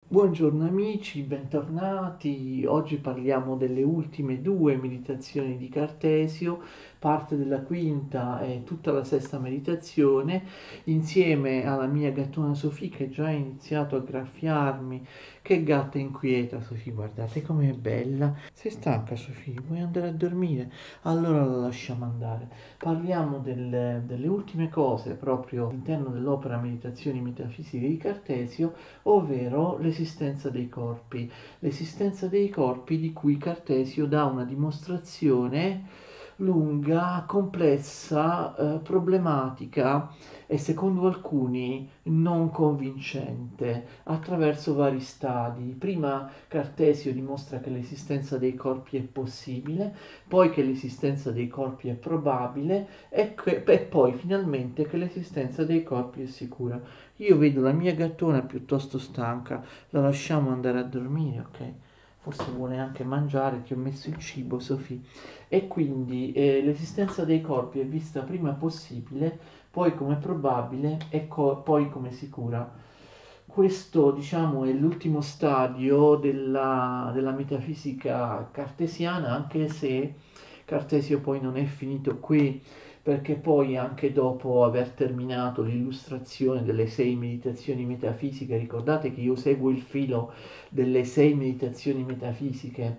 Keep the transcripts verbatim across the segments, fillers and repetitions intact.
Buongiorno amici, bentornati. Oggi parliamo delle ultime due meditazioni di Cartesio, parte della quinta e tutta la sesta meditazione, insieme alla mia gattona Sofì che già ha iniziato a graffiarmi. Che gatta inquieta, Sofì, guardate com'è bella. Sei stanca, Sofì? Vuoi andare a dormire? Allora la lasciamo andare. Parliamo del- delle ultime cose proprio all'interno dell'opera Meditazioni metafisiche di Cartesio, ovvero l'esistenza dei corpi. L'esistenza dei corpi di cui Cartesio dà una dimostrazione lunga, complessa, eh, problematica e secondo alcuni non convincente, attraverso vari stadi. Prima Cartesio dimostra che l'esistenza dei corpi è possibile, poi che l'esistenza dei corpi è probabile e, che- e poi finalmente che l'esistenza dei corpi è sicura. Io vedo la mia gattona piuttosto stanca, la lasciamo andare a dormire, ok? Forse vuole anche mangiare, ti ho messo il cibo, Sofì. E quindi eh, l'esistenza dei corpi è vista prima possibile, poi come probabile e co- poi come sicura. Questo, diciamo, è l'ultimo stadio della, della metafisica cartesiana, anche se Cartesio poi non è finito qui, perché poi anche dopo aver terminato l'illustrazione delle sei meditazioni metafisiche, ricordate che io seguo il filo delle sei meditazioni metafisiche,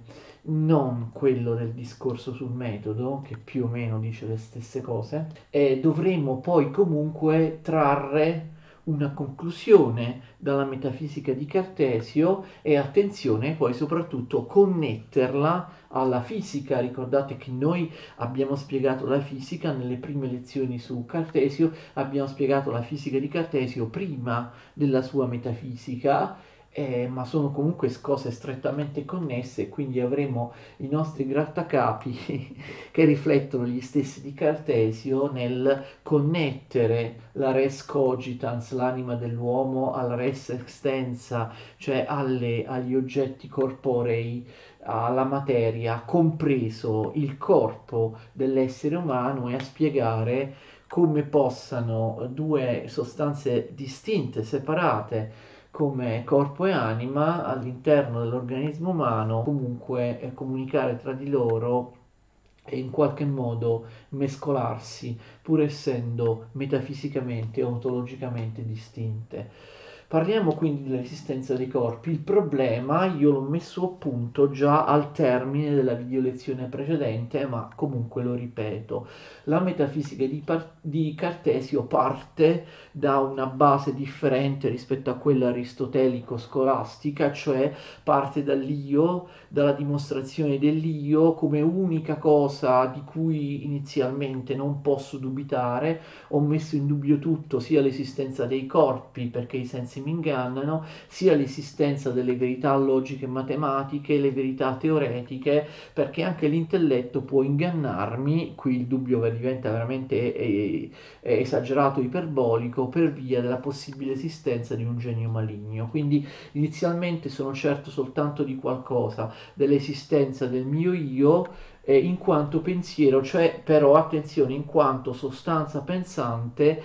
non quello del discorso sul metodo, che più o meno dice le stesse cose, e dovremmo poi comunque trarre una conclusione dalla metafisica di Cartesio e attenzione poi soprattutto connetterla alla fisica. Ricordate che noi abbiamo spiegato la fisica nelle prime lezioni su Cartesio, abbiamo spiegato la fisica di Cartesio prima della sua metafisica, eh, ma sono comunque cose strettamente connesse, quindi avremo i nostri grattacapi che riflettono gli stessi di Cartesio nel connettere la res cogitans, l'anima dell'uomo, alla res extensa, cioè alle, agli oggetti corporei, alla materia, compreso il corpo dell'essere umano, e a spiegare come possano due sostanze distinte, separate, come corpo e anima all'interno dell'organismo umano, comunque eh, comunicare tra di loro e in qualche modo mescolarsi, pur essendo metafisicamente e ontologicamente distinte. Parliamo quindi dell'esistenza dei corpi. Il problema io l'ho messo a punto già al termine della video lezione precedente, ma comunque lo ripeto. La metafisica di, Par- di Cartesio parte da una base differente rispetto a quella aristotelico-scolastica, cioè parte dall'io, dalla dimostrazione dell'io come unica cosa di cui inizialmente non posso dubitare. Ho messo in dubbio tutto, sia l'esistenza dei corpi, perché i sensi mi ingannano, sia l'esistenza delle verità logiche e matematiche, le verità teoretiche, perché anche l'intelletto può ingannarmi. Qui il dubbio diventa veramente eh, eh, esagerato, iperbolico, per via della possibile esistenza di un genio maligno. Quindi inizialmente sono certo soltanto di qualcosa, dell'esistenza del mio io, eh, in quanto pensiero, cioè però attenzione, in quanto sostanza pensante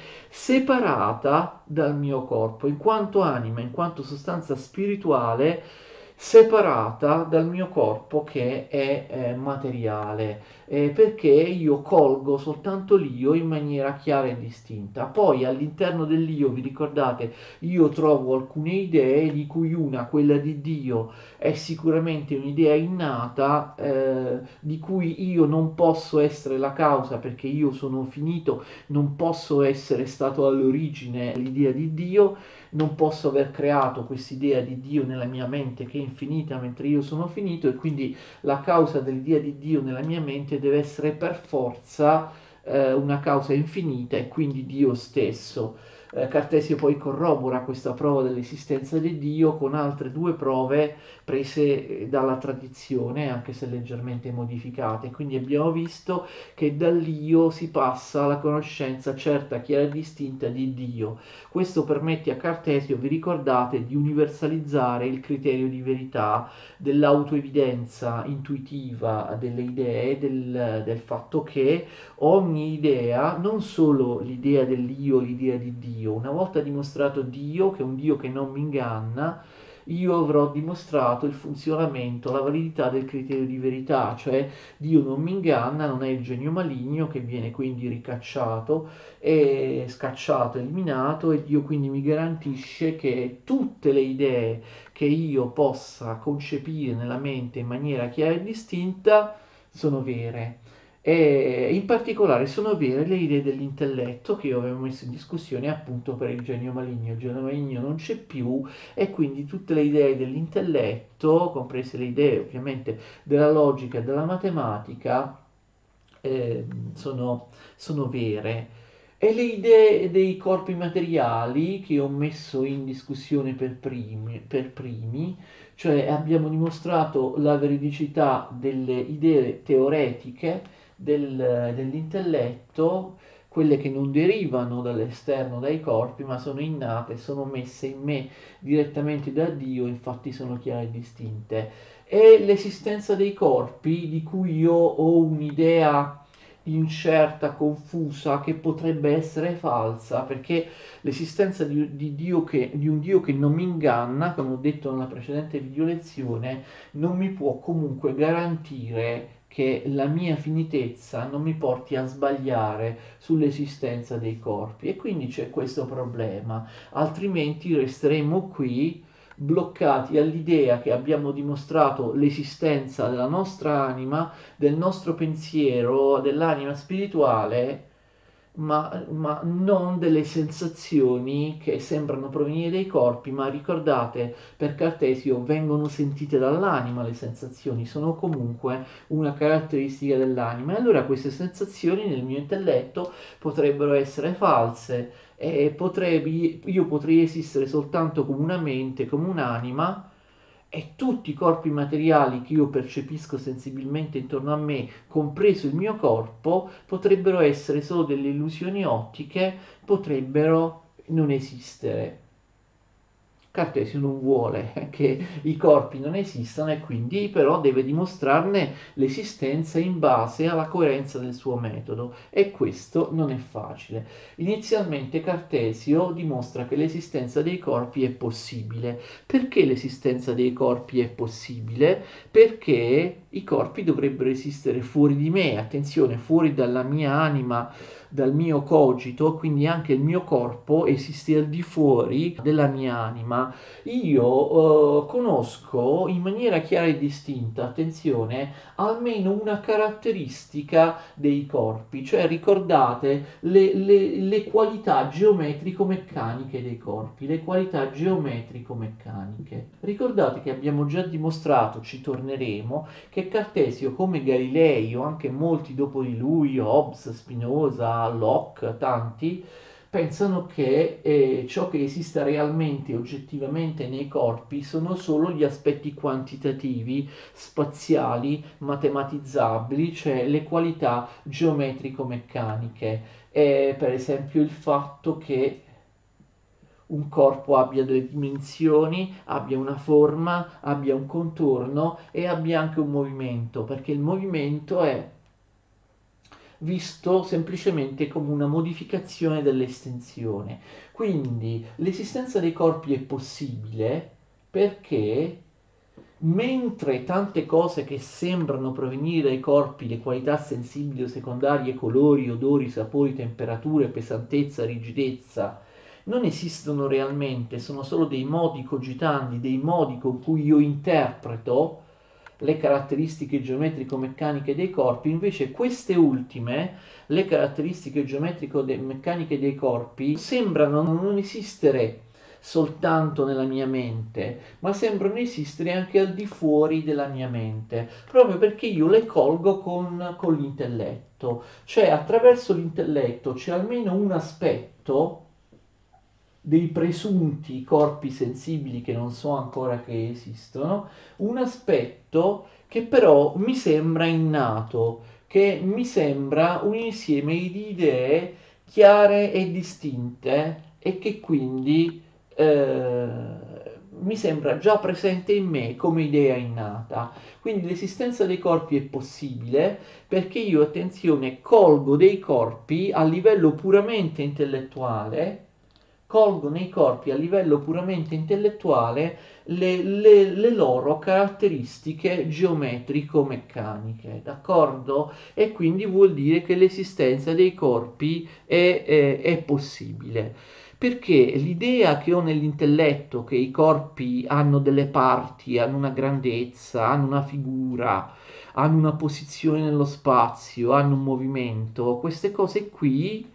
separata dal mio corpo, in quanto anima, in quanto sostanza spirituale separata dal mio corpo che è eh, materiale, eh, perché io colgo soltanto l'io in maniera chiara e distinta. Poi all'interno dell'io, vi ricordate, io trovo alcune idee, di cui una, quella di Dio, è sicuramente un'idea innata, eh, di cui io non posso essere la causa perché io sono finito, non posso essere stato all'origine l'idea di Dio, non posso aver creato quest'idea di Dio nella mia mente che è infinita mentre io sono finito, e quindi la causa dell'idea di Dio nella mia mente deve essere per forza eh, una causa infinita e quindi Dio stesso. Eh, Cartesio poi corrobora questa prova dell'esistenza di Dio con altre due prove prese eh, dalla tradizione, anche se leggermente modificate. Quindi abbiamo visto che dall'io si passa alla conoscenza certa, chiara e distinta di Dio. Questo permette a Cartesio, vi ricordate, di universalizzare il criterio di verità, dell'autoevidenza intuitiva delle idee, del, del fatto che ogni idea, non solo l'idea dell'io, l'idea di Dio, una volta dimostrato Dio, che è un Dio che non mi inganna, io avrò dimostrato il funzionamento, la validità del criterio di verità, cioè Dio non mi inganna, non è il genio maligno che viene quindi ricacciato e scacciato, eliminato, e Dio quindi mi garantisce che tutte le idee che io possa concepire nella mente in maniera chiara e distinta sono vere. E in particolare sono vere le idee dell'intelletto che io avevo messo in discussione appunto per il genio maligno. Il genio maligno non c'è più e quindi tutte le idee dell'intelletto, comprese le idee ovviamente della logica e della matematica, eh, sono, sono vere. E le idee dei corpi materiali che ho messo in discussione per primi, per primi, cioè abbiamo dimostrato la veridicità delle idee teoretiche del- dell'intelletto, quelle che non derivano dall'esterno, dai corpi, ma sono innate, sono messe in me direttamente da Dio, infatti sono chiare e distinte. E l'esistenza dei corpi, di cui io ho un'idea incerta, confusa, che potrebbe essere falsa, perché l'esistenza di, di Dio che, di un Dio che non mi inganna, come ho detto nella precedente video lezione, non mi può comunque garantire che la mia finitezza non mi porti a sbagliare sull'esistenza dei corpi, e quindi c'è questo problema, altrimenti resteremo qui bloccati all'idea che abbiamo dimostrato l'esistenza della nostra anima, del nostro pensiero, dell'anima spirituale, ma, ma non delle sensazioni che sembrano provenire dai corpi, ma ricordate, per Cartesio vengono sentite dall'anima le sensazioni, sono comunque una caratteristica dell'anima, e allora queste sensazioni nel mio intelletto potrebbero essere false, e potrei, io potrei esistere soltanto come una mente, come un'anima, e tutti i corpi materiali che io percepisco sensibilmente intorno a me, compreso il mio corpo, potrebbero essere solo delle illusioni ottiche, potrebbero non esistere. Cartesio non vuole che i corpi non esistano e quindi però deve dimostrarne l'esistenza in base alla coerenza del suo metodo, e questo non è facile. Inizialmente Cartesio dimostra che l'esistenza dei corpi è possibile. Perché l'esistenza dei corpi è possibile? Perché i corpi dovrebbero esistere fuori di me, attenzione, fuori dalla mia anima, dal mio cogito, quindi anche il mio corpo esiste al di fuori della mia anima. Io eh, conosco in maniera chiara e distinta, attenzione, almeno una caratteristica dei corpi, cioè ricordate le, le, le qualità geometrico-meccaniche dei corpi, le qualità geometrico-meccaniche. Ricordate che abbiamo già dimostrato, ci torneremo, che Cartesio, come Galilei o anche molti dopo di lui, Hobbes, Spinoza, Locke, tanti, pensano che eh, ciò che esiste realmente, oggettivamente nei corpi, sono solo gli aspetti quantitativi, spaziali, matematizzabili, cioè le qualità geometrico-meccaniche. E, per esempio il fatto che un corpo abbia delle dimensioni, abbia una forma, abbia un contorno e abbia anche un movimento, perché il movimento è visto semplicemente come una modificazione dell'estensione. Quindi l'esistenza dei corpi è possibile perché mentre tante cose che sembrano provenire dai corpi, le qualità sensibili o secondarie, colori, odori, sapori, temperature, pesantezza, rigidezza, non esistono realmente, sono solo dei modi cogitanti, dei modi con cui io interpreto le caratteristiche geometrico-meccaniche dei corpi, invece queste ultime, le caratteristiche geometrico-meccaniche dei corpi, sembrano non esistere soltanto nella mia mente, ma sembrano esistere anche al di fuori della mia mente, proprio perché io le colgo con, con l'intelletto, cioè attraverso l'intelletto c'è almeno un aspetto dei presunti corpi sensibili che non so ancora che esistono, un aspetto che però mi sembra innato, che mi sembra un insieme di idee chiare e distinte e che quindi eh, mi sembra già presente in me come idea innata. Quindi l'esistenza dei corpi è possibile perché io, attenzione, colgo dei corpi a livello puramente intellettuale colgo nei corpi a livello puramente intellettuale le, le- le loro caratteristiche geometrico-meccaniche, d'accordo? E quindi vuol dire che l'esistenza dei corpi è, è- è possibile. Perché l'idea che ho nell'intelletto che i corpi hanno delle parti, hanno una grandezza, hanno una figura, hanno una posizione nello spazio, hanno un movimento, queste cose qui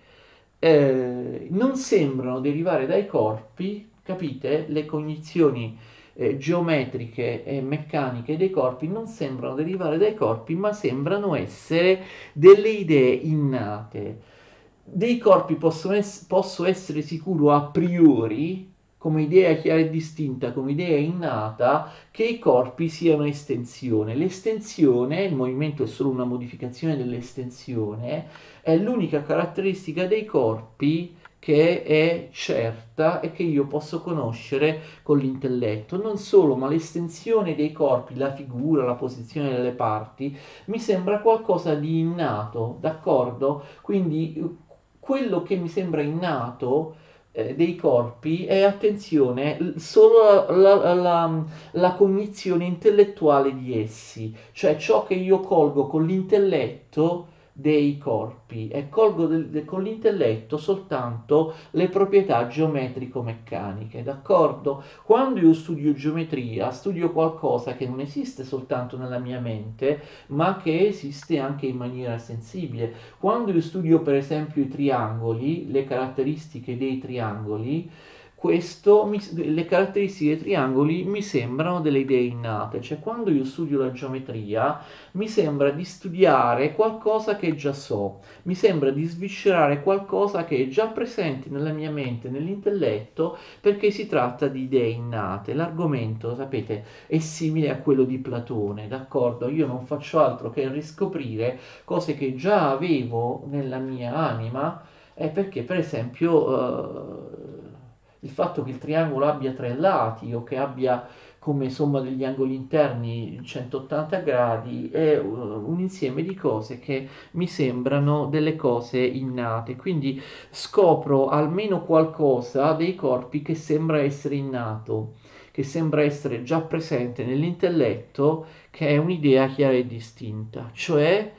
eh, non sembrano derivare dai corpi, capite? Le cognizioni eh, geometriche e meccaniche dei corpi non sembrano derivare dai corpi, ma sembrano essere delle idee innate. Dei corpi possono ess- posso essere sicuro a priori, come idea chiara e distinta, come idea innata, che i corpi siano estensione. L'estensione, il movimento è solo una modificazione dell'estensione, è l'unica caratteristica dei corpi che è certa e che io posso conoscere con l'intelletto. Non solo, ma l'estensione dei corpi, la figura, la posizione delle parti, mi sembra qualcosa di innato, d'accordo? Quindi eh, quello che mi sembra innato eh, dei corpi è, attenzione, l- solo la, la- la- la cognizione intellettuale di essi, cioè ciò che io colgo con l'intelletto dei corpi e colgo del- de- con l'intelletto soltanto le proprietà geometrico-meccaniche, d'accordo? Quando io studio geometria, studio qualcosa che non esiste soltanto nella mia mente, ma che esiste anche in maniera sensibile. Quando io studio per esempio i triangoli, le caratteristiche dei triangoli, questo mi- le caratteristiche dei triangoli mi sembrano delle idee innate, cioè quando io studio la geometria mi sembra di studiare qualcosa che già so, mi sembra di sviscerare qualcosa che è già presente nella mia mente, nell'intelletto, perché si tratta di idee innate. L'argomento, sapete, è simile a quello di Platone, d'accordo? Io non faccio altro che riscoprire cose che già avevo nella mia anima, è perché, per esempio, eh, il fatto che il triangolo abbia tre lati o che abbia come somma degli angoli interni centottanta gradi è uh, un insieme di cose che mi sembrano delle cose innate. Quindi scopro almeno qualcosa dei corpi che sembra essere innato, che sembra essere già presente nell'intelletto, che è un'idea chiara e distinta, cioè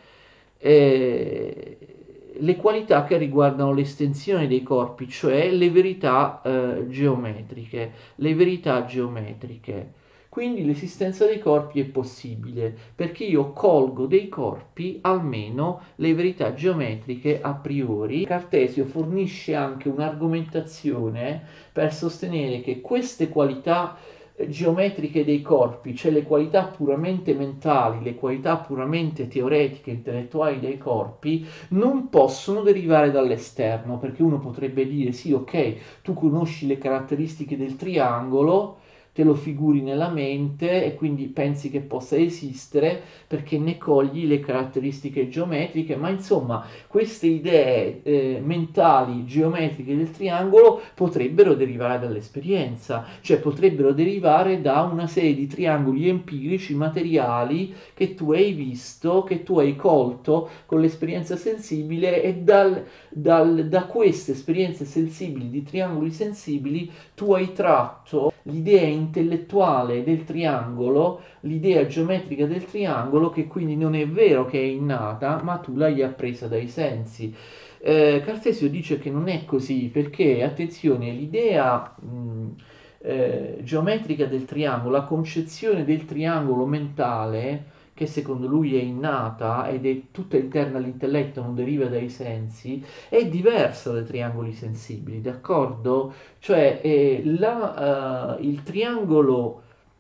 eh, le qualità che riguardano l'estensione dei corpi, cioè le verità eh, geometriche, le verità geometriche. Quindi l'esistenza dei corpi è possibile perché io colgo dei corpi almeno le verità geometriche a priori. Cartesio fornisce anche un'argomentazione per sostenere che queste qualità eh, geometriche dei corpi, cioè le qualità puramente mentali, le qualità puramente teoretiche, intellettuali dei corpi, non possono derivare dall'esterno, perché uno potrebbe dire sì, ok, tu conosci le caratteristiche del triangolo, te lo figuri nella mente e quindi pensi che possa esistere perché ne cogli le caratteristiche geometriche, ma insomma queste idee eh, mentali geometriche del triangolo potrebbero derivare dall'esperienza, cioè potrebbero derivare da una serie di triangoli empirici materiali che tu hai visto, che tu hai colto con l'esperienza sensibile e dal, dal, da queste esperienze sensibili di triangoli sensibili tu hai tratto l'idea intellettuale del triangolo, l'idea geometrica del triangolo, che quindi non è vero che è innata, ma tu l'hai appresa dai sensi. Eh, Cartesio dice che non è così perché, attenzione, l'idea mh, eh, geometrica del triangolo, la concezione del triangolo mentale, che secondo lui è innata ed è tutta interna all'intelletto, non deriva dai sensi, è diversa dai triangoli sensibili, d'accordo? Cioè eh, la, eh, il triangolo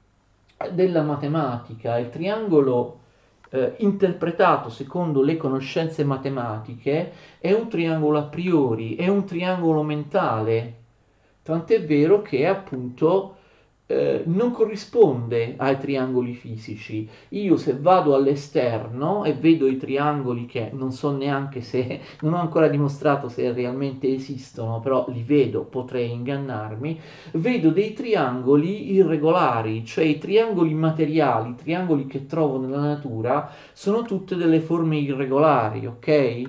della matematica, il triangolo eh, interpretato secondo le conoscenze matematiche, è un triangolo a priori, è un triangolo mentale, tant'è vero che appunto eh, non corrisponde ai triangoli fisici. Io se vado all'esterno e vedo i triangoli che non so neanche se, non ho ancora dimostrato se realmente esistono, però li vedo, potrei ingannarmi, vedo dei triangoli irregolari, cioè i triangoli materiali, i triangoli che trovo nella natura, sono tutte delle forme irregolari, ok?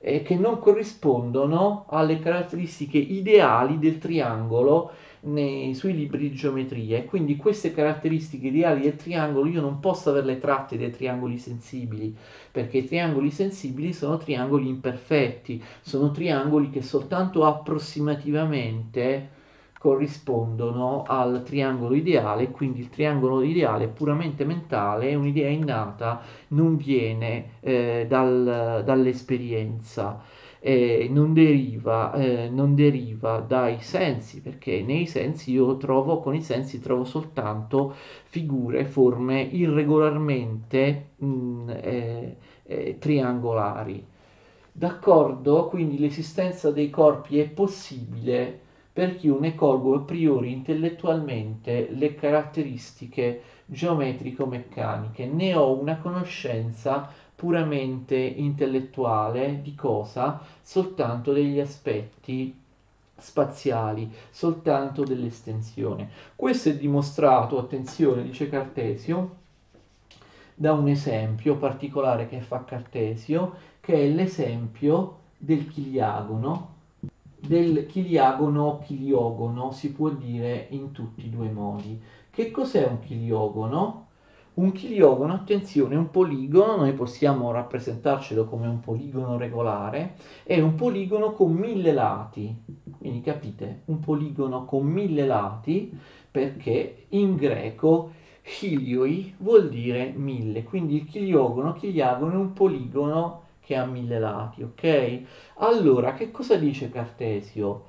eh, che non corrispondono alle caratteristiche ideali del triangolo nei, sui libri di geometria. E quindi queste caratteristiche ideali del triangolo io non posso averle tratte dai triangoli sensibili, perché i triangoli sensibili sono triangoli imperfetti, sono triangoli che soltanto approssimativamente corrispondono al triangolo ideale, quindi il triangolo ideale è puramente mentale, è un'idea innata, non viene eh, dal- dall'esperienza, eh, non deriva, eh, non deriva dai sensi, perché nei sensi io trovo, con i sensi trovo soltanto figure, forme irregolarmente mh, eh, eh, triangolari. D'accordo? Quindi l'esistenza dei corpi è possibile perché io ne colgo a priori intellettualmente le caratteristiche geometrico-meccaniche, ne ho una conoscenza puramente intellettuale di cosa? Soltanto degli aspetti spaziali, soltanto dell'estensione. Questo è dimostrato, attenzione, dice Cartesio, da un esempio particolare che fa Cartesio, che è l'esempio del chiliagono, del chiliagono o chiliogono, si può dire in tutti i due modi. Che cos'è un chiliogono? Un chiliogono, attenzione, è un poligono, noi possiamo rappresentarcelo come un poligono regolare, è un poligono con mille lati, quindi capite, un poligono con mille lati, perché in greco chilioi vuol dire mille, quindi il chiliogono, chiliagono è un poligono che ha mille lati, ok? Allora, che cosa dice Cartesio?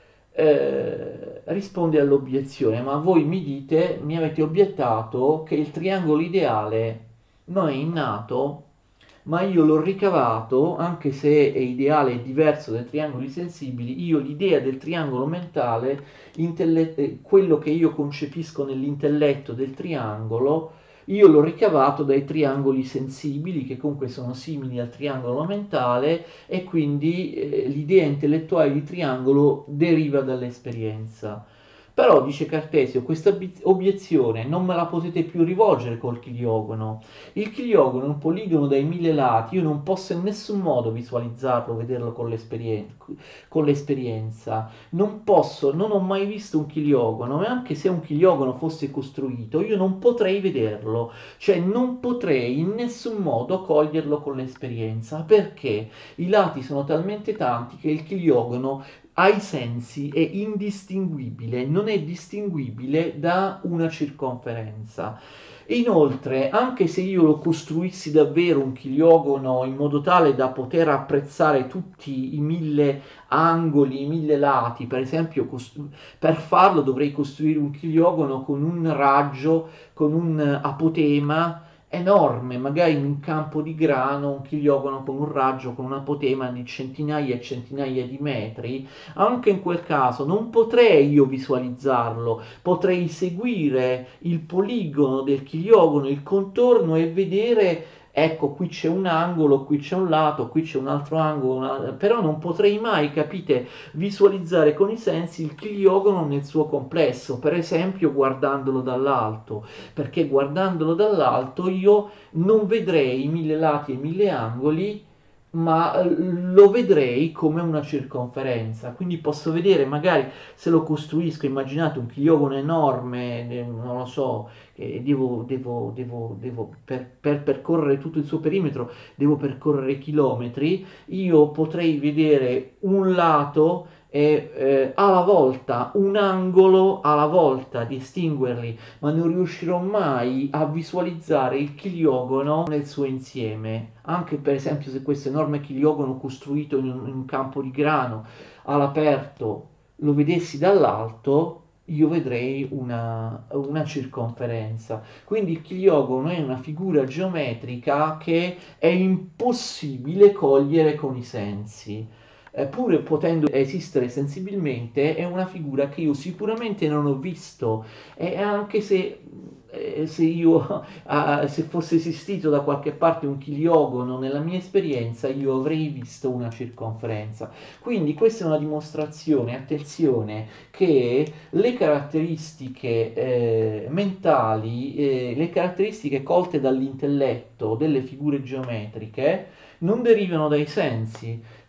Eh, risponde all'obiezione, ma voi mi dite, mi avete obiettato che il triangolo ideale non è innato, ma io l'ho ricavato, anche se è ideale e diverso dai triangoli sensibili, io l'idea del triangolo mentale, intelle- eh, quello che io concepisco nell'intelletto del triangolo, io l'ho ricavato dai triangoli sensibili, che comunque sono simili al triangolo mentale, e quindi eh, l'idea intellettuale di triangolo deriva dall'esperienza. Però, dice Cartesio, questa obi- obiezione non me la potete più rivolgere col chiliogono. Il chiliogono è un poligono dai mille lati, io non posso in nessun modo visualizzarlo, vederlo con l'esperien- con l'esperienza. Non posso, non ho mai visto un chiliogono, e anche se un chiliogono fosse costruito, io non potrei vederlo, cioè non potrei in nessun modo coglierlo con l'esperienza, perché i lati sono talmente tanti che il chiliogono ai sensi è indistinguibile, non è distinguibile da una circonferenza. Inoltre, anche se io lo costruissi davvero un chiliogono in modo tale da poter apprezzare tutti i mille angoli, i mille lati, per esempio, costru- per farlo dovrei costruire un chiliogono con un raggio, con un apotema enorme, magari in un campo di grano, un chiliogono con un raggio, con un apotema di centinaia e centinaia di metri. Anche in quel caso non potrei io visualizzarlo, potrei seguire il poligono del chiliogono, il contorno e vedere, ecco, qui c'è un angolo, qui c'è un lato, qui c'è un altro angolo, una- però non potrei mai, capite, visualizzare con i sensi il chiliogono nel suo complesso, per esempio guardandolo dall'alto, perché guardandolo dall'alto io non vedrei i mille lati e i mille angoli, ma eh, lo vedrei come una circonferenza, quindi posso vedere magari se lo costruisco, immaginate un chiliogono enorme, eh, non lo so, che devo, devo, devo, devo per, per percorrere tutto il suo perimetro, devo percorrere chilometri, io potrei vedere un lato e eh, alla volta, un angolo alla volta, distinguerli, ma non riuscirò mai a visualizzare il chiliogono nel suo insieme. Anche per esempio se questo enorme chiliogono costruito in un, in un campo di grano all'aperto lo vedessi dall'alto, io vedrei una, una circonferenza. Quindi il chiliogono è una figura geometrica che è impossibile cogliere con i sensi. Eh, pur potendo esistere sensibilmente, è una figura che io sicuramente non ho visto, e anche se, eh, se io ah, se fosse esistito da qualche parte un chiliogono nella mia esperienza, io avrei visto una circonferenza. Quindi questa è una dimostrazione, attenzione, che le caratteristiche eh, mentali, eh, le caratteristiche colte dall'intelletto delle figure geometriche non derivano dai sensi,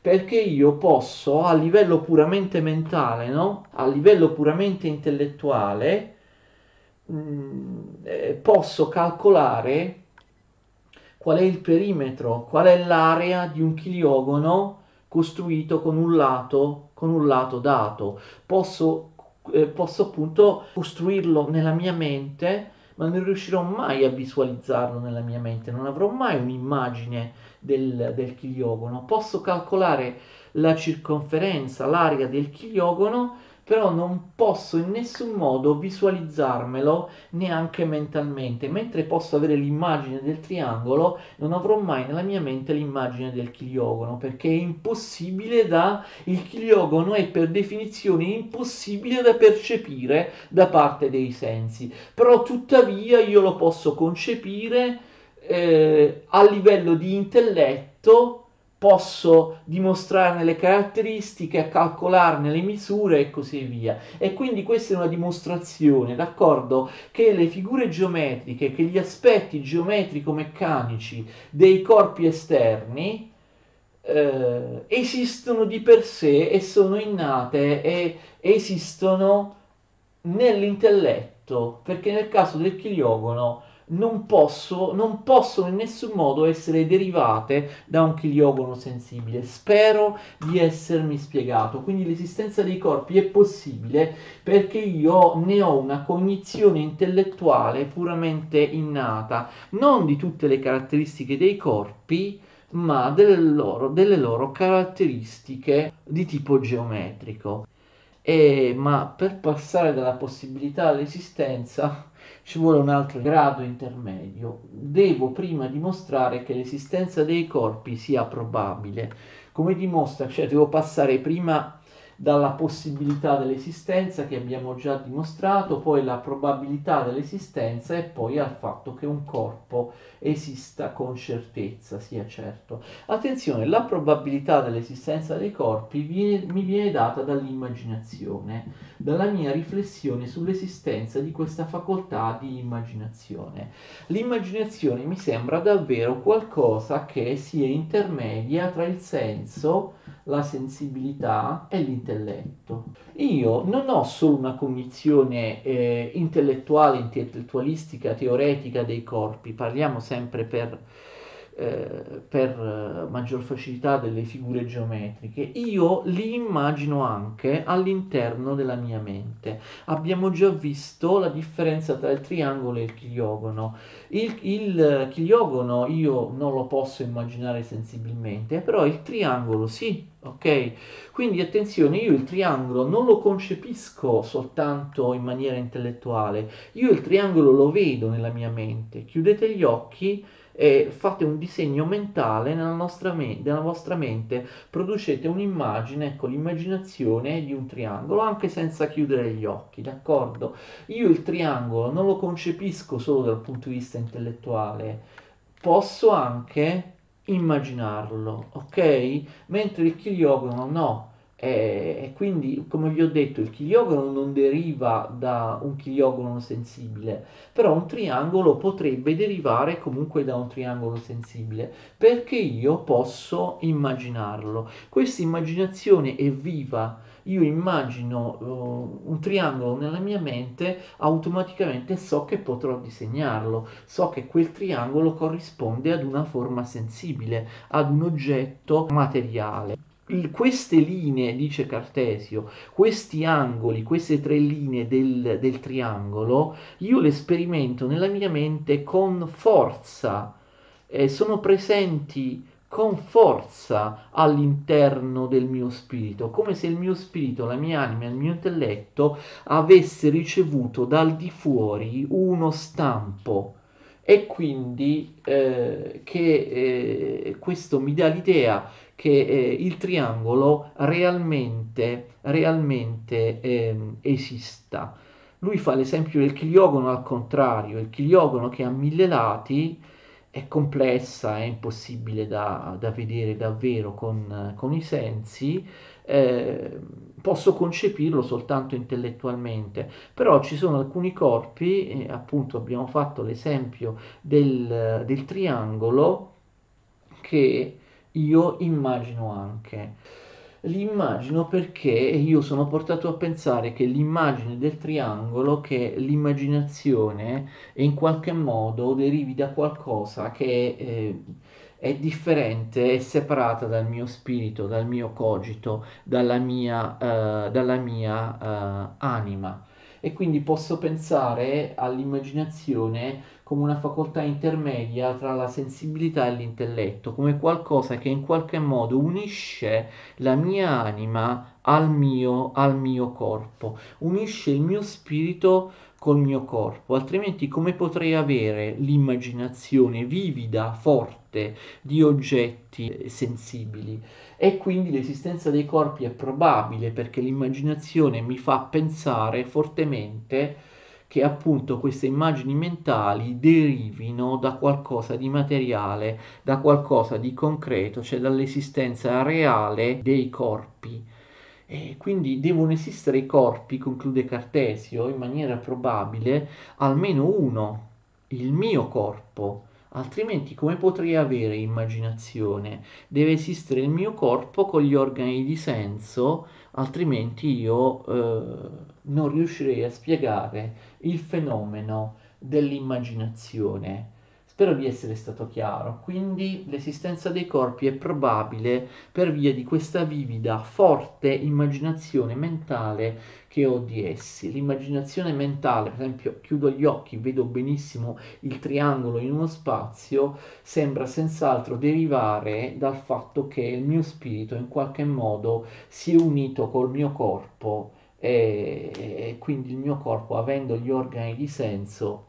perché io posso a livello puramente mentale, no? A livello puramente intellettuale, mh, eh, posso calcolare qual è il perimetro, qual è l'area di un chiliogono costruito con un lato, con un lato dato. Posso, eh, posso appunto costruirlo nella mia mente, ma non riuscirò mai a visualizzarlo nella mia mente, non avrò mai un'immagine del, del chiliogono. Posso calcolare la circonferenza, l'area del chiliogono, però non posso in nessun modo visualizzarmelo neanche mentalmente, mentre posso avere l'immagine del triangolo, non avrò mai nella mia mente l'immagine del chiliogono, perché è impossibile da... il chiliogono è per definizione impossibile da percepire da parte dei sensi, però tuttavia io lo posso concepire eh, a livello di intelletto, posso dimostrarne le caratteristiche, calcolarne le misure e così via. E quindi questa è una dimostrazione, d'accordo, che le figure geometriche, che gli aspetti geometrico-meccanici dei corpi esterni eh, esistono di per sé e sono innate e esistono nell'intelletto, perché nel caso del chiliogono non, posso, non possono in nessun modo essere derivate da un chiliogono sensibile. Spero di essermi spiegato. Quindi l'esistenza dei corpi è possibile perché io ne ho una cognizione intellettuale puramente innata, non di tutte le caratteristiche dei corpi, ma delle loro, delle loro caratteristiche di tipo geometrico. E, ma per passare dalla possibilità all'esistenza ci vuole un altro grado intermedio. Devo prima dimostrare che l'esistenza dei corpi sia probabile. Come dimostra? Cioè devo passare prima dalla possibilità dell'esistenza che abbiamo già dimostrato, poi la probabilità dell'esistenza e poi al fatto che un corpo esista con certezza, sia certo. Attenzione, la probabilità dell'esistenza dei corpi viene, mi viene data dall'immaginazione, dalla mia riflessione sull'esistenza di questa facoltà di immaginazione. L'immaginazione mi sembra davvero qualcosa che sia intermedia tra il senso, la sensibilità e l'intelletto. Io non ho solo una cognizione eh, intellettuale, intellettualistica, teoretica dei corpi, parliamo sempre per, eh, per maggior facilità delle figure geometriche, io li immagino anche all'interno della mia mente. Abbiamo già visto la differenza tra il triangolo e il chiliogono. Il, il chiliogono io non lo posso immaginare sensibilmente, però il triangolo sì, ok? Quindi attenzione, io il triangolo non lo concepisco soltanto in maniera intellettuale, io il triangolo lo vedo nella mia mente. Chiudete gli occhi e fate un disegno mentale nella, nostra me- nella vostra mente, producete un'immagine, ecco l'immaginazione di un triangolo, anche senza chiudere gli occhi, d'accordo? Io il triangolo non lo concepisco solo dal punto di vista intellettuale, posso anche immaginarlo, ok? Mentre il chiliogono no. E, e quindi, come vi ho detto, il chiliogono non deriva da un chiliogono sensibile, però un triangolo potrebbe derivare comunque da un triangolo sensibile, perché io posso immaginarlo. Questa immaginazione è viva. Io immagino uh, un triangolo nella mia mente, automaticamente so che potrò disegnarlo, so che quel triangolo corrisponde ad una forma sensibile, ad un oggetto materiale. Il- queste linee, dice Cartesio, questi angoli, queste tre linee del, del triangolo, io le sperimento nella mia mente con forza, eh, sono presenti con forza all'interno del mio spirito, come se il mio spirito, la mia anima, il mio intelletto avesse ricevuto dal di fuori uno stampo e quindi eh, che eh, questo mi dà l'idea che eh, il triangolo realmente, realmente ehm, esista. Lui fa l'esempio del chiliogono al contrario, il chiliogono che ha mille lati è complessa, è impossibile da, da vedere davvero con, con i sensi, eh, posso concepirlo soltanto intellettualmente, però ci sono alcuni corpi, eh, appunto abbiamo fatto l'esempio del, del triangolo, che io immagino anche. L'immagino perché io sono portato a pensare che l'immagine del triangolo, che l'immaginazione in qualche modo derivi da qualcosa che eh, è differente, è separata dal mio spirito, dal mio cogito, dalla mia, eh, dalla mia eh, anima. E quindi posso pensare all'immaginazione come una facoltà intermedia tra la sensibilità e l'intelletto, come qualcosa che in qualche modo unisce la mia anima al mio, al mio corpo, unisce il mio spirito col mio corpo, altrimenti come potrei avere l'immaginazione vivida, forte di oggetti eh, sensibili? E quindi l'esistenza dei corpi è probabile perché l'immaginazione mi fa pensare fortemente che appunto queste immagini mentali derivino da qualcosa di materiale, da qualcosa di concreto, cioè dall'esistenza reale dei corpi. E quindi devono esistere i corpi, conclude Cartesio, in maniera probabile, almeno uno, il mio corpo. Altrimenti come potrei avere immaginazione? Deve esistere il mio corpo con gli organi di senso, altrimenti io eh, non riuscirei a spiegare il fenomeno dell'immaginazione. Spero di essere stato chiaro. Quindi l'esistenza dei corpi è probabile per via di questa vivida, forte immaginazione mentale che ho di essi. L'immaginazione mentale, per esempio, chiudo gli occhi, vedo benissimo il triangolo in uno spazio, sembra senz'altro derivare dal fatto che il mio spirito in qualche modo si è unito col mio corpo e, e quindi il mio corpo, avendo gli organi di senso,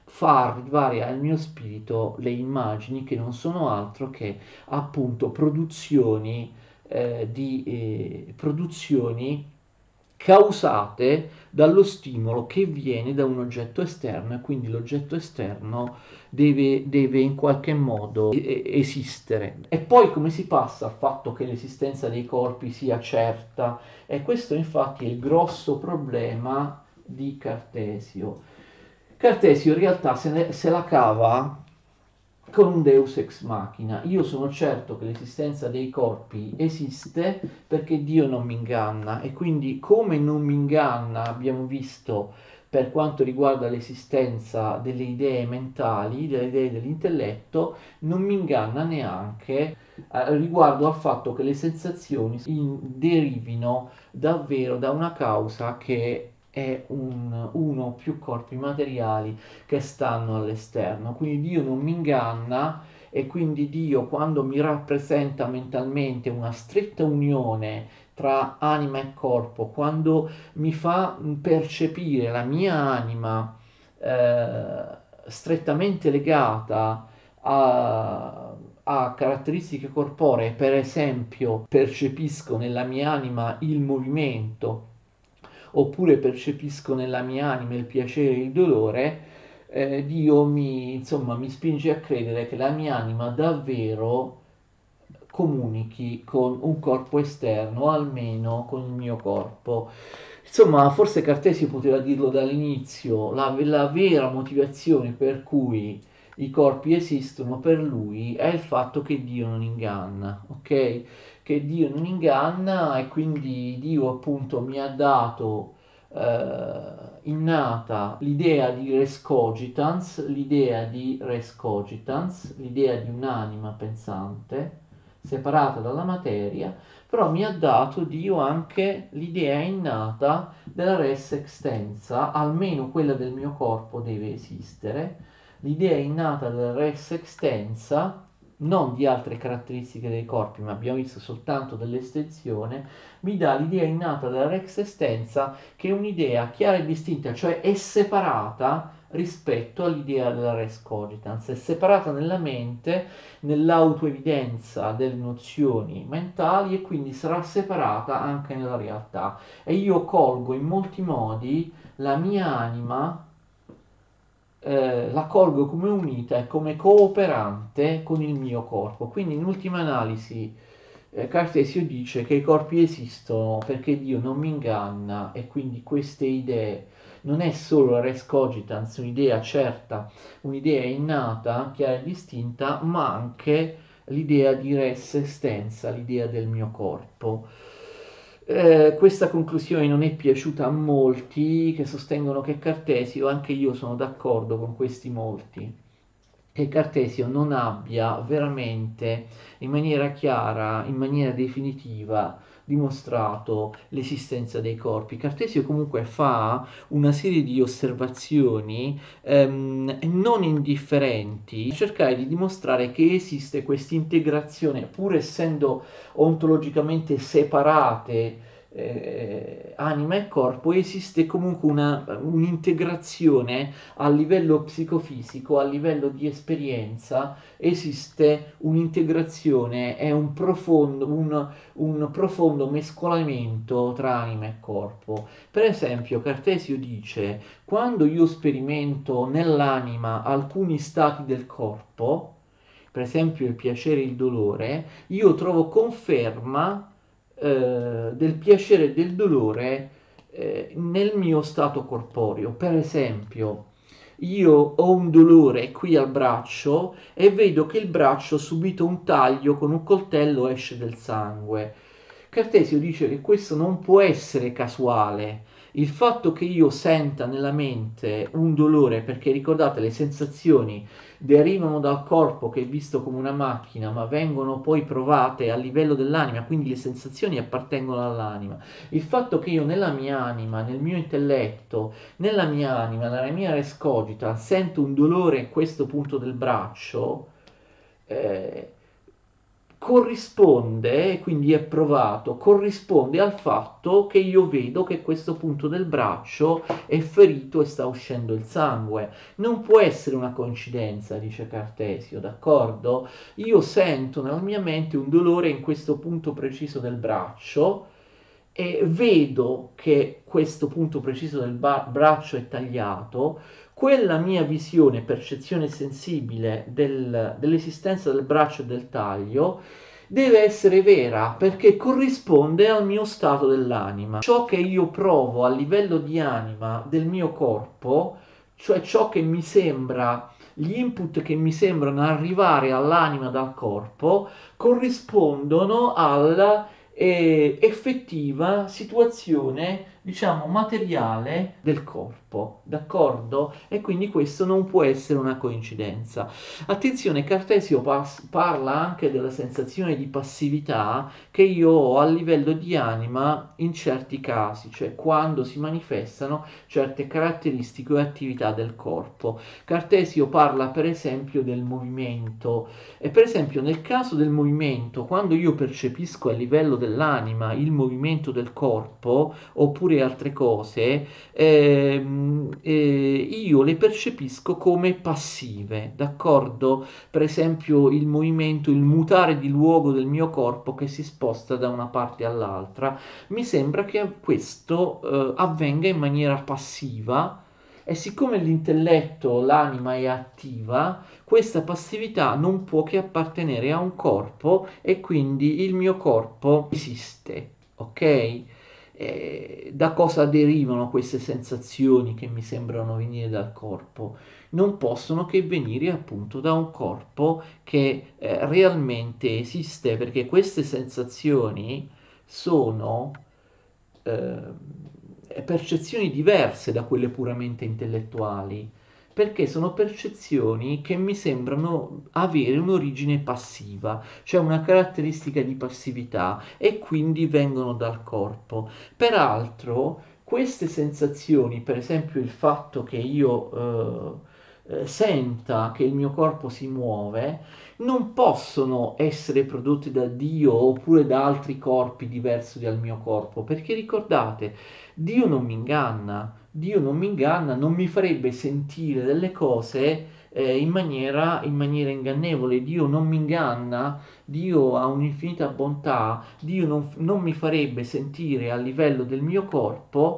fa arrivare al mio spirito le immagini che non sono altro che appunto produzioni eh, di eh, produzioni causate dallo stimolo che viene da un oggetto esterno e quindi l'oggetto esterno deve, deve in qualche modo eh, esistere. E poi come si passa al fatto che l'esistenza dei corpi sia certa? E questo infatti è il grosso problema di Cartesio. Cartesio in realtà se, ne, se la cava con un Deus ex machina. Io sono certo che l'esistenza dei corpi esiste perché Dio non mi inganna e quindi come non mi inganna abbiamo visto per quanto riguarda l'esistenza delle idee mentali, delle idee dell'intelletto, non mi inganna neanche eh, riguardo al fatto che le sensazioni in- derivino davvero da una causa che è un, uno o più corpi materiali che stanno all'esterno. Quindi Dio non mi inganna e quindi Dio quando mi rappresenta mentalmente una stretta unione tra anima e corpo, quando mi fa percepire la mia anima eh, strettamente legata a, a caratteristiche corporee, per esempio percepisco nella mia anima il movimento oppure percepisco nella mia anima il piacere e il dolore, eh, Dio mi, insomma, mi spinge a credere che la mia anima davvero comunichi con un corpo esterno, o almeno con il mio corpo. Insomma, forse Cartesio poteva dirlo dall'inizio, la, la vera motivazione per cui i corpi esistono per lui è il fatto che Dio non inganna, ok? Che Dio non inganna e quindi Dio appunto mi ha dato eh, innata l'idea di res cogitans, l'idea di res cogitans, l'idea di un'anima pensante separata dalla materia, però mi ha dato Dio anche l'idea innata della res extensa, almeno quella del mio corpo deve esistere, l'idea innata della res extensa, non di altre caratteristiche dei corpi, ma abbiamo visto soltanto dell'estensione, mi dà l'idea innata della res extensa che è un'idea chiara e distinta, cioè è separata rispetto all'idea della res cogitans, è separata nella mente, nell'autoevidenza delle nozioni mentali e quindi sarà separata anche nella realtà. E io colgo in molti modi la mia anima, eh, la colgo come unita e come cooperante con il mio corpo. Quindi in ultima analisi eh, Cartesio dice che i corpi esistono perché Dio non mi inganna e quindi queste idee non è solo la res cogitans, un'idea certa, un'idea innata, chiara e distinta, ma anche l'idea di res extensa, l'idea del mio corpo. Eh, questa conclusione non è piaciuta a molti che sostengono che Cartesio, anche io sono d'accordo con questi molti, che Cartesio non abbia veramente in maniera chiara, in maniera definitiva, dimostrato l'esistenza dei corpi. Cartesio comunque fa una serie di osservazioni ehm, non indifferenti, cercare di dimostrare che esiste questa integrazione, pur essendo ontologicamente separate eh, anima e corpo, esiste comunque una, un'integrazione a livello psicofisico, a livello di esperienza, esiste un'integrazione e un profondo, un, un profondo mescolamento tra anima e corpo. Per esempio, Cartesio dice: quando io sperimento nell'anima alcuni stati del corpo, per esempio il piacere e il dolore, io trovo conferma eh, del piacere e del dolore eh, nel mio stato corporeo. Per esempio, io ho un dolore qui al braccio e vedo che il braccio ha subito un taglio con un coltello, esce del sangue. Cartesio dice che questo non può essere casuale. Il fatto che io senta nella mente un dolore, perché ricordate, le sensazioni derivano dal corpo che è visto come una macchina, ma vengono poi provate a livello dell'anima, quindi le sensazioni appartengono all'anima. Il fatto che io nella mia anima, nel mio intelletto, nella mia anima, nella mia res cogita, sento un dolore in questo punto del braccio, eh, corrisponde, quindi è provato, corrisponde al fatto che io vedo che questo punto del braccio è ferito e sta uscendo il sangue. Non può essere una coincidenza, dice Cartesio, d'accordo? Io sento nella mia mente un dolore in questo punto preciso del braccio e vedo che questo punto preciso del ba- braccio è tagliato. Quella mia visione, percezione sensibile del- dell'esistenza del braccio e del taglio deve essere vera perché corrisponde al mio stato dell'anima. Ciò che io provo a livello di anima del mio corpo, cioè ciò che mi sembra, gli input che mi sembrano arrivare all'anima dal corpo, corrispondono alla eh, effettiva situazione, diciamo, materiale del corpo, d'accordo? E quindi questo non può essere una coincidenza. Attenzione, Cartesio pas- parla anche della sensazione di passività che io ho a livello di anima in certi casi, cioè quando si manifestano certe caratteristiche o attività del corpo. Cartesio parla per esempio del movimento e per esempio nel caso del movimento, quando io percepisco a livello dell'anima il movimento del corpo oppure altre cose, ehm, eh, io le percepisco come passive, d'accordo? Per esempio il movimento, il mutare di luogo del mio corpo che si sposta da una parte all'altra, mi sembra che questo eh, avvenga in maniera passiva e siccome l'intelletto, l'anima è attiva, questa passività non può che appartenere a un corpo e quindi il mio corpo esiste, ok? Eh, da cosa derivano queste sensazioni che mi sembrano venire dal corpo? Non possono che venire appunto da un corpo che eh, realmente esiste, perché queste sensazioni sono eh, percezioni diverse da quelle puramente intellettuali, perché sono percezioni che mi sembrano avere un'origine passiva, cioè una caratteristica di passività e quindi vengono dal corpo. Peraltro, queste sensazioni, per esempio il fatto che io eh, eh, senta che il mio corpo si muove, non possono essere prodotti da Dio oppure da altri corpi diversi dal mio corpo, perché ricordate, Dio non mi inganna, Dio non mi inganna, non mi farebbe sentire delle cose eh, in maniera, in maniera ingannevole, Dio non mi inganna, Dio ha un'infinita bontà, Dio non, non mi farebbe sentire a livello del mio corpo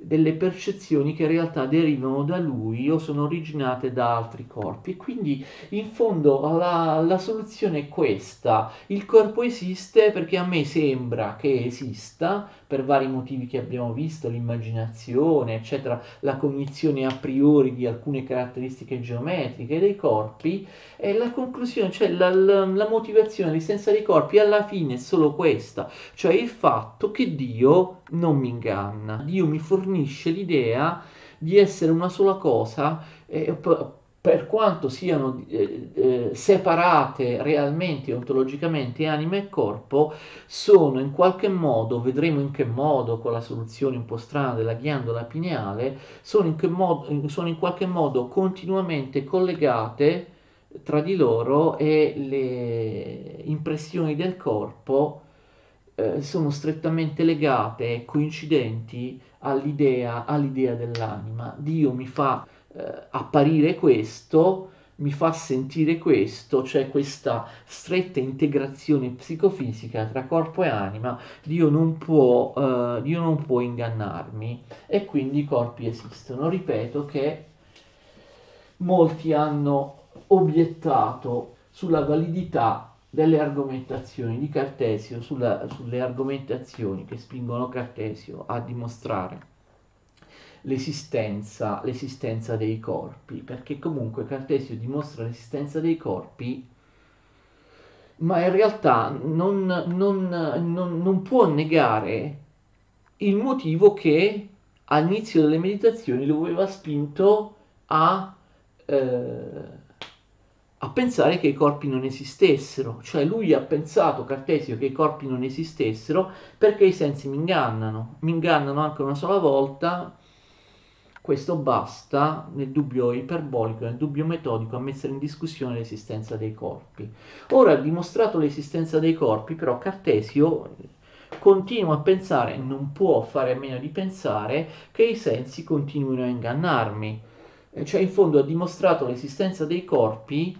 delle percezioni che in realtà derivano da lui o sono originate da altri corpi. E quindi in fondo la, la soluzione è questa: il corpo esiste perché a me sembra che esista per vari motivi che abbiamo visto, l'immaginazione, eccetera, la cognizione a priori di alcune caratteristiche geometriche dei corpi, e la conclusione, cioè la, la, la motivazione, l'esistenza dei corpi alla fine è solo questa, cioè il fatto che Dio non mi inganna. Dio mi fornisce l'idea di essere una sola cosa, eh, per quanto siano eh, eh, separate realmente, ontologicamente, anima e corpo, sono in qualche modo, vedremo in che modo con la soluzione un po' strana della ghiandola pineale, sono in, che modo, sono in qualche modo continuamente collegate tra di loro, e le impressioni del corpo eh, sono strettamente legate e coincidenti all'idea, all'idea dell'anima. Dio mi fa eh, apparire questo, mi fa sentire questo, cioè questa stretta integrazione psicofisica tra corpo e anima. Dio non può, eh, Dio non può ingannarmi, e quindi i corpi esistono. Ripeto che molti hanno obiettato sulla validità delle argomentazioni di Cartesio, sulla, sulle argomentazioni che spingono Cartesio a dimostrare l'esistenza, l'esistenza dei corpi, perché comunque Cartesio dimostra l'esistenza dei corpi, ma in realtà non, non, non, non può negare il motivo che all'inizio delle meditazioni lo aveva spinto a, eh, a pensare che i corpi non esistessero. Cioè lui ha pensato, Cartesio, che i corpi non esistessero perché i sensi mi ingannano, mi ingannano anche una sola volta. Questo basta, nel dubbio iperbolico, nel dubbio metodico, a mettere in discussione l'esistenza dei corpi. Ora, dimostrato l'esistenza dei corpi, però Cartesio continua a pensare, non può fare a meno di pensare, che i sensi continuino a ingannarmi. Cioè, in fondo ha dimostrato l'esistenza dei corpi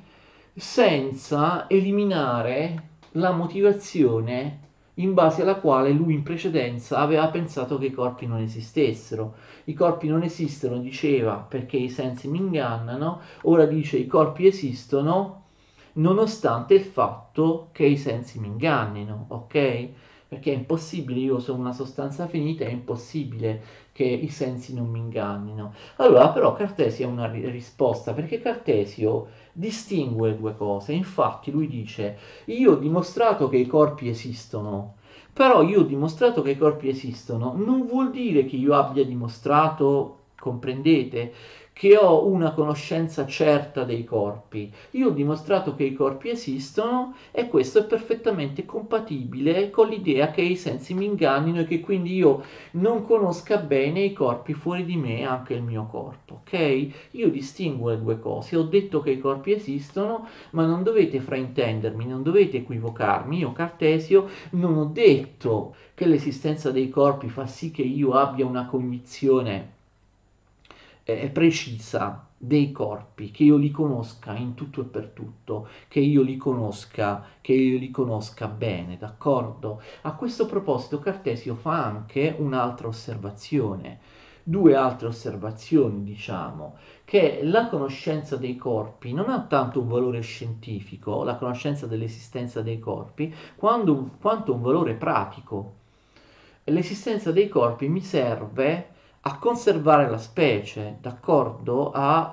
senza eliminare la motivazione in base alla quale lui in precedenza aveva pensato che i corpi non esistessero. I corpi non esistono, diceva, perché i sensi mi ingannano. Ora dice i corpi esistono nonostante il fatto che i sensi mi ingannino, ok? Perché è impossibile, io sono una sostanza finita, è impossibile che i sensi non mi ingannino. Allora, però, Cartesio ha una ri- risposta, perché Cartesio distingue le due cose. Infatti, lui dice: io ho dimostrato che i corpi esistono, però io ho dimostrato che i corpi esistono, non vuol dire che io abbia dimostrato, comprendete, che ho una conoscenza certa dei corpi. Io ho dimostrato che i corpi esistono, e questo è perfettamente compatibile con l'idea che i sensi mi ingannino e che quindi io non conosca bene i corpi fuori di me, anche il mio corpo, ok? Io distingo le due cose. Ho detto che i corpi esistono, ma non dovete fraintendermi, non dovete equivocarmi. Io, Cartesio, non ho detto che l'esistenza dei corpi fa sì che io abbia una cognizione eh, precisa dei corpi, che io li conosca in tutto e per tutto, che io li conosca, che io li conosca bene, d'accordo? A questo proposito Cartesio fa anche un'altra osservazione, due altre osservazioni, diciamo, che la conoscenza dei corpi non ha tanto un valore scientifico, la conoscenza dell'esistenza dei corpi, quanto, quanto un valore pratico. L'esistenza dei corpi mi serve a conservare la specie, d'accordo?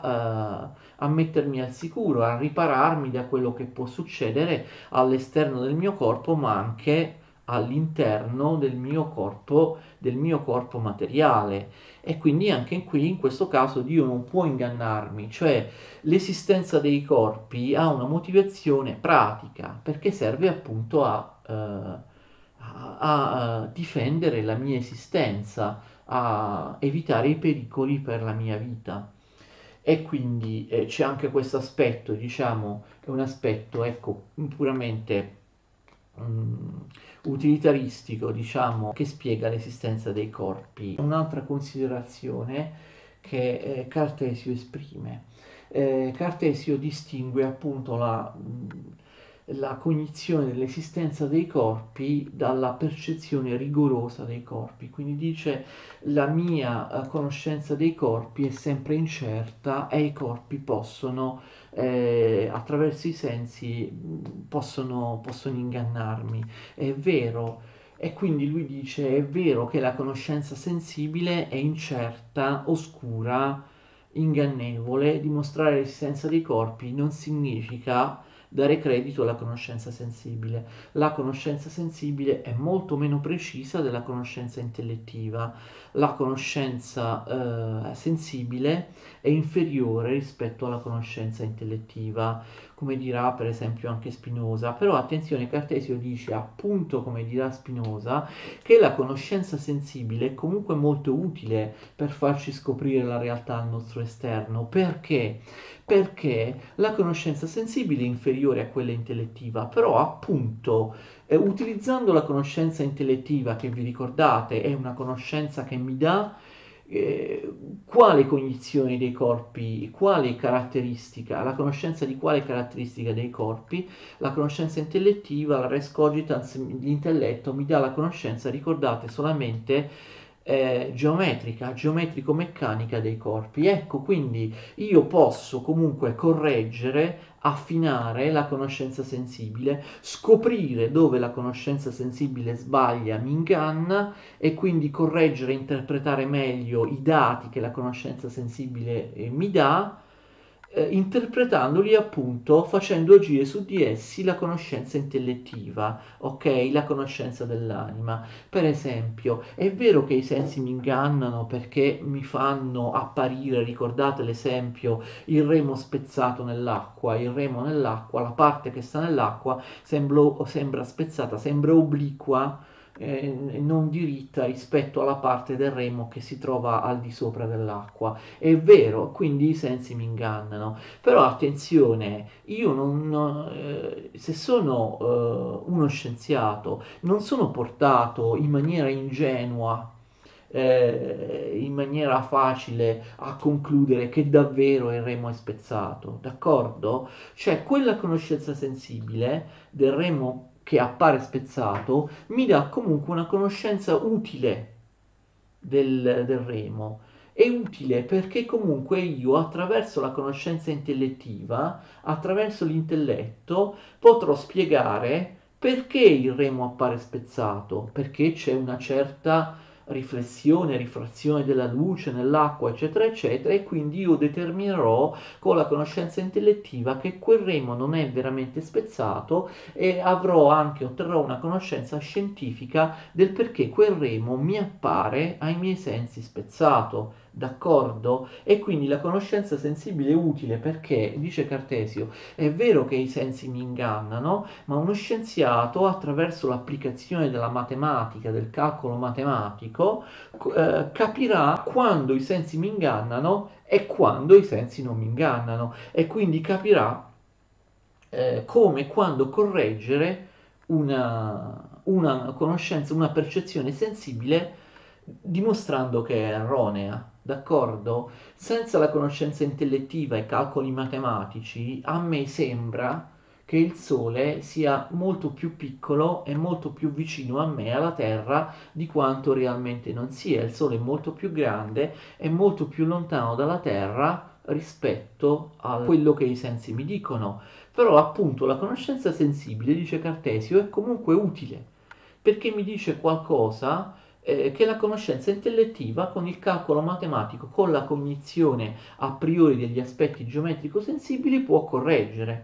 A, eh, a mettermi al sicuro, a ripararmi da quello che può succedere all'esterno del mio corpo, ma anche all'interno del mio corpo, del mio corpo materiale. E quindi anche qui, in questo caso, Dio non può ingannarmi, cioè l'esistenza dei corpi ha una motivazione pratica, perché serve appunto a, eh, a, a difendere la mia esistenza, a evitare i pericoli per la mia vita. E quindi eh, c'è anche questo aspetto, diciamo, è un aspetto, ecco, puramente mm, utilitaristico, diciamo, che spiega l'esistenza dei corpi. Un'altra considerazione che eh, Cartesio esprime. Eh, Cartesio distingue appunto la, la cognizione dell'esistenza dei corpi dalla percezione rigorosa dei corpi. Quindi dice la mia eh, conoscenza dei corpi è sempre incerta e i corpi possono, eh, attraverso i sensi, mh, possono, possono ingannarmi. È vero. E quindi lui dice è vero che la conoscenza sensibile è incerta, oscura, ingannevole, dimostrare l'esistenza dei corpi non significa dare credito alla conoscenza sensibile. La conoscenza sensibile è molto meno precisa della conoscenza intellettiva. La conoscenza eh, sensibile è inferiore rispetto alla conoscenza intellettiva, come dirà per esempio anche Spinoza. Però attenzione, Cartesio dice, appunto come dirà Spinoza, che la conoscenza sensibile è comunque molto utile per farci scoprire la realtà al nostro esterno. Perché? Perché la conoscenza sensibile è inferiore a quella intellettiva, però appunto eh, utilizzando la conoscenza intellettiva, che vi ricordate è una conoscenza che mi dà eh, quale cognizione dei corpi, quale caratteristica, la conoscenza di quale caratteristica dei corpi, la conoscenza intellettiva, la res cogitans, l'intelletto mi dà la conoscenza, ricordate, solamente eh, geometrica, geometrico-meccanica dei corpi. Ecco, quindi io posso comunque correggere, affinare la conoscenza sensibile, scoprire dove la conoscenza sensibile sbaglia, mi inganna e quindi correggere, interpretare meglio i dati che la conoscenza sensibile eh, mi dà, eh, interpretandoli appunto facendo agire su di essi la conoscenza intellettiva, ok? La conoscenza dell'anima. Per esempio, è vero che i sensi mi ingannano perché mi fanno apparire, ricordate l'esempio, il remo spezzato nell'acqua, il remo nell'acqua, la parte che sta nell'acqua sembra, sembra spezzata, sembra obliqua, eh, non diritta rispetto alla parte del remo che si trova al di sopra dell'acqua. È vero, quindi i sensi mi ingannano, però attenzione, io non, eh, se sono eh, uno scienziato, non sono portato in maniera ingenua, eh, in maniera facile a concludere che davvero il remo è spezzato, d'accordo? Cioè quella conoscenza sensibile del remo che appare spezzato mi dà comunque una conoscenza utile del, del remo. È utile perché comunque io attraverso la conoscenza intellettiva, attraverso l'intelletto, potrò spiegare perché il remo appare spezzato, perché c'è una certa riflessione, rifrazione della luce nell'acqua, eccetera, eccetera, e quindi io determinerò con la conoscenza intellettiva che quel remo non è veramente spezzato e avrò anche, otterrò una conoscenza scientifica del perché quel remo mi appare ai miei sensi spezzato, d'accordo? E quindi la conoscenza sensibile è utile perché, dice Cartesio, è vero che i sensi mi ingannano, ma uno scienziato attraverso l'applicazione della matematica, del calcolo matematico, eh, capirà quando i sensi mi ingannano e quando i sensi non mi ingannano e quindi capirà eh, come e quando correggere una, una conoscenza, una percezione sensibile dimostrando che è erronea, d'accordo? Senza la conoscenza intellettiva e calcoli matematici, a me sembra che il Sole sia molto più piccolo e molto più vicino a me, alla Terra, di quanto realmente non sia. Il Sole è molto più grande e molto più lontano dalla Terra rispetto a quello che i sensi mi dicono. Però appunto la conoscenza sensibile, dice Cartesio, è comunque utile perché mi dice qualcosa eh, che la conoscenza intellettiva con il calcolo matematico, con la cognizione a priori degli aspetti geometrico-sensibili può correggere.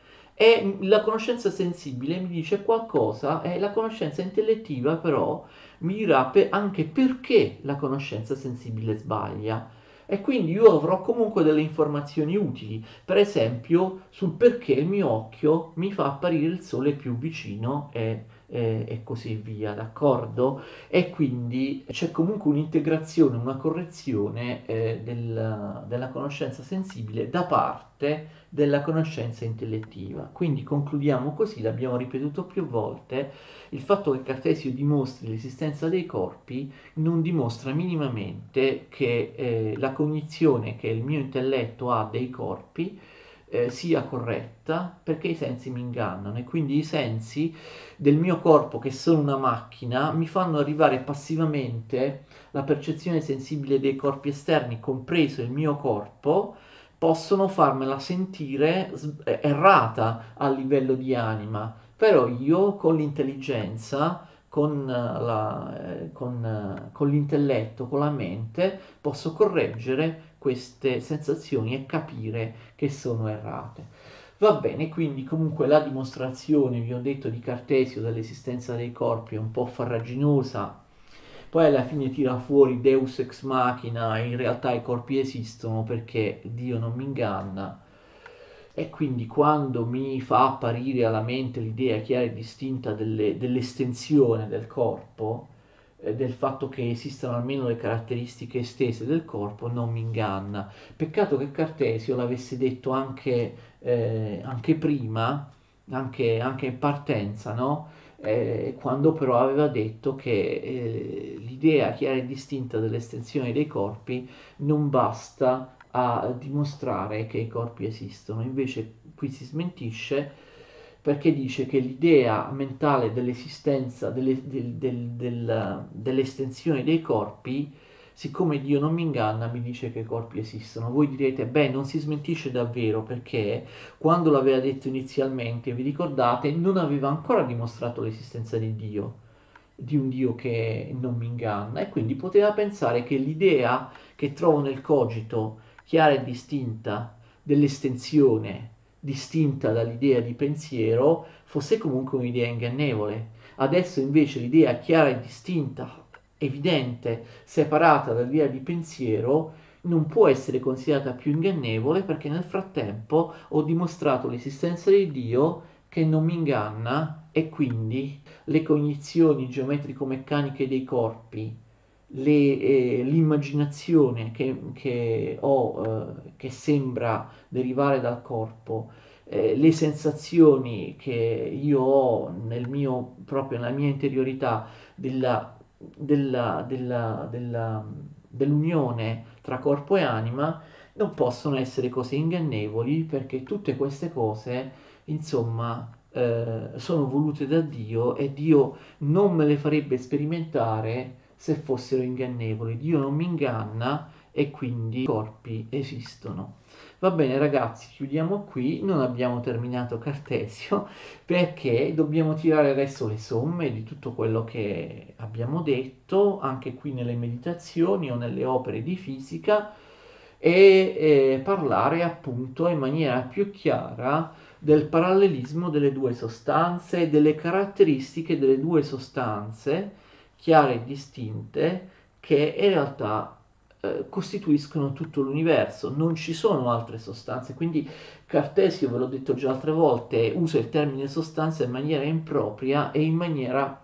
E la conoscenza sensibile mi dice qualcosa e la conoscenza intellettiva però mi dirà pe- anche perché la conoscenza sensibile sbaglia. E quindi io avrò comunque delle informazioni utili, per esempio sul perché il mio occhio mi fa apparire il sole più vicino e, e- e così via, d'accordo? E quindi c'è comunque un'integrazione, una correzione eh, del- della conoscenza sensibile da parte della conoscenza intellettiva. Quindi concludiamo così, l'abbiamo ripetuto più volte, il fatto che Cartesio dimostri l'esistenza dei corpi non dimostra minimamente che eh, la cognizione che il mio intelletto ha dei corpi eh, sia corretta, perché i sensi mi ingannano e quindi i sensi del mio corpo, che sono una macchina, mi fanno arrivare passivamente la percezione sensibile dei corpi esterni, compreso il mio corpo, possono farmela sentire s- errata a livello di anima, però io con l'intelligenza, con, eh, la- eh, con, eh, con l'intelletto, con la mente, posso correggere queste sensazioni e capire che sono errate. Va bene, quindi comunque la dimostrazione, vi ho detto, di Cartesio dell'esistenza dei corpi è un po' farraginosa, poi alla fine tira fuori Deus ex machina, in realtà i corpi esistono perché Dio non mi inganna, e quindi quando mi fa apparire alla mente l'idea chiara e distinta delle- dell'estensione del corpo, eh, del fatto che esistano almeno le caratteristiche estese del corpo, non mi inganna. Peccato che Cartesio l'avesse detto anche, eh, anche prima, anche, anche in partenza, no? Eh, quando però aveva detto che eh, l'idea chiara e distinta dell'estensione dei corpi non basta a dimostrare che i corpi esistono. Invece qui si smentisce perché dice che l'idea mentale dell'esistenza, delle- del- del- del- dell'estensione dei corpi, siccome Dio non mi inganna, mi dice che i corpi esistono. Voi direte, beh, non si smentisce davvero perché quando l'aveva detto inizialmente, vi ricordate, non aveva ancora dimostrato l'esistenza di Dio, di un Dio che non mi inganna, e quindi poteva pensare che l'idea che trovo nel cogito, chiara e distinta, dell'estensione, distinta dall'idea di pensiero, fosse comunque un'idea ingannevole. Adesso invece l'idea chiara e distinta, evidente, separata dall'idea di pensiero, non può essere considerata più ingannevole perché nel frattempo ho dimostrato l'esistenza di Dio che non mi inganna, e quindi le cognizioni geometrico-meccaniche dei corpi, le, eh, l'immaginazione che, che ho, eh, che sembra derivare dal corpo, eh, le sensazioni che io ho nel mio, proprio nella mia interiorità della, della, della, della, dell'unione tra corpo e anima, non possono essere cose ingannevoli perché tutte queste cose, insomma, eh, sono volute da Dio e Dio non me le farebbe sperimentare se fossero ingannevoli. Dio non mi inganna e quindi i corpi esistono. Va bene ragazzi, chiudiamo qui, non abbiamo terminato Cartesio perché dobbiamo tirare adesso le somme di tutto quello che abbiamo detto, anche qui nelle meditazioni o nelle opere di fisica, e eh, parlare appunto in maniera più chiara del parallelismo delle due sostanze e delle caratteristiche delle due sostanze chiare e distinte che in realtà eh, costituiscono tutto l'universo, non ci sono altre sostanze, quindi Cartesio, ve l'ho detto già altre volte, usa il termine sostanza in maniera impropria e in maniera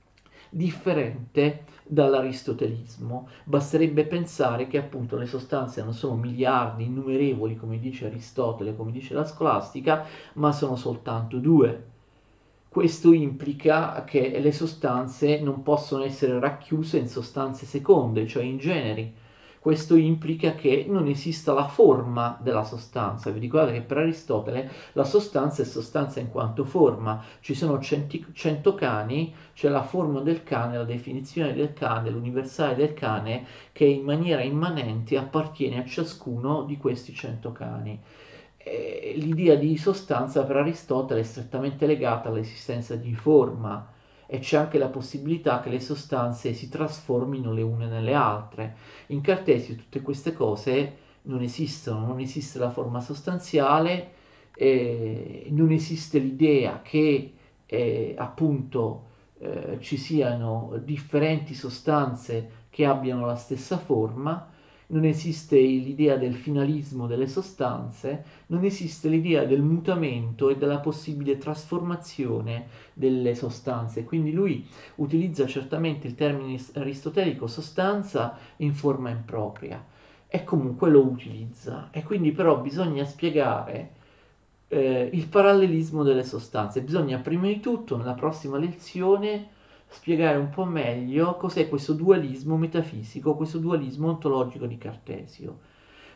differente dall'aristotelismo. Basterebbe pensare che appunto le sostanze non sono miliardi, innumerevoli, come dice Aristotele, come dice la scolastica, ma sono soltanto due. Questo implica che le sostanze non possono essere racchiuse in sostanze seconde, cioè in generi. Questo implica che non esista la forma della sostanza. Vi ricordate che per Aristotele la sostanza è sostanza in quanto forma. Ci sono cento cani, c'è la forma del cane, la definizione del cane, l'universale del cane, che in maniera immanente appartiene a ciascuno di questi cento cani. Eh, l'idea di sostanza per Aristotele è strettamente legata all'esistenza di forma e c'è anche la possibilità che le sostanze si trasformino le une nelle altre. In Cartesio tutte queste cose non esistono, non esiste la forma sostanziale, eh, non esiste l'idea che eh, appunto eh, ci siano differenti sostanze che abbiano la stessa forma, non esiste l'idea del finalismo delle sostanze, non esiste l'idea del mutamento e della possibile trasformazione delle sostanze. Quindi lui utilizza certamente il termine aristotelico sostanza in forma impropria e comunque lo utilizza. E quindi però bisogna spiegare eh, il parallelismo delle sostanze. Bisogna prima di tutto nella prossima lezione spiegare un po' meglio cos'è questo dualismo metafisico, questo dualismo ontologico di Cartesio.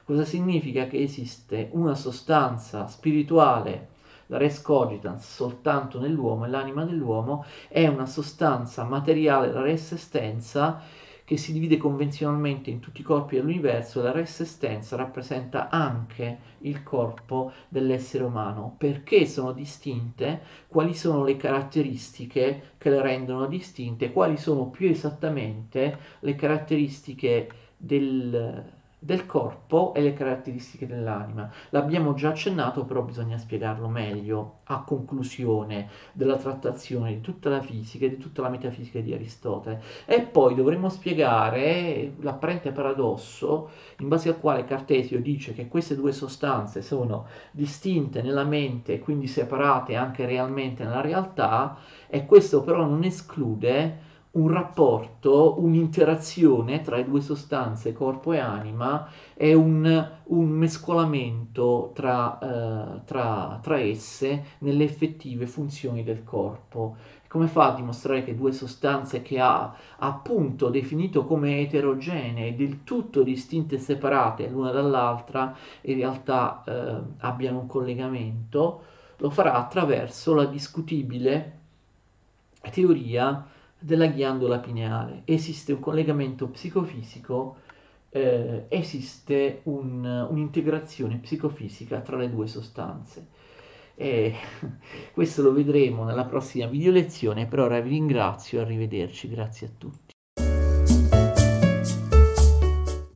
Cosa significa? Che esiste una sostanza spirituale, la res cogitans, soltanto nell'uomo, e l'anima dell'uomo è una sostanza materiale, la res extensa, che si divide convenzionalmente in tutti i corpi dell'universo. La res extensa rappresenta anche il corpo dell'essere umano. Perché sono distinte? Quali sono le caratteristiche che le rendono distinte? Quali sono più esattamente le caratteristiche del, del corpo e le caratteristiche dell'anima? L'abbiamo già accennato, però bisogna spiegarlo meglio a conclusione della trattazione di tutta la fisica e di tutta la metafisica di Aristotele. E poi dovremo spiegare l'apparente paradosso in base al quale Cartesio dice che queste due sostanze sono distinte nella mente e quindi separate anche realmente nella realtà, e questo però non esclude un rapporto, un'interazione tra le due sostanze, corpo e anima, e un, un mescolamento tra, eh, tra, tra esse nelle effettive funzioni del corpo. Come fa a dimostrare che due sostanze che ha appunto definito come eterogenee, del tutto distinte e separate l'una dall'altra, in realtà eh, abbiano un collegamento? Lo farà attraverso la discutibile teoria della ghiandola pineale. Esiste un collegamento psicofisico, eh, esiste un, un'integrazione psicofisica tra le due sostanze. E questo lo vedremo nella prossima video lezione. Per ora vi ringrazio, arrivederci, grazie a tutti.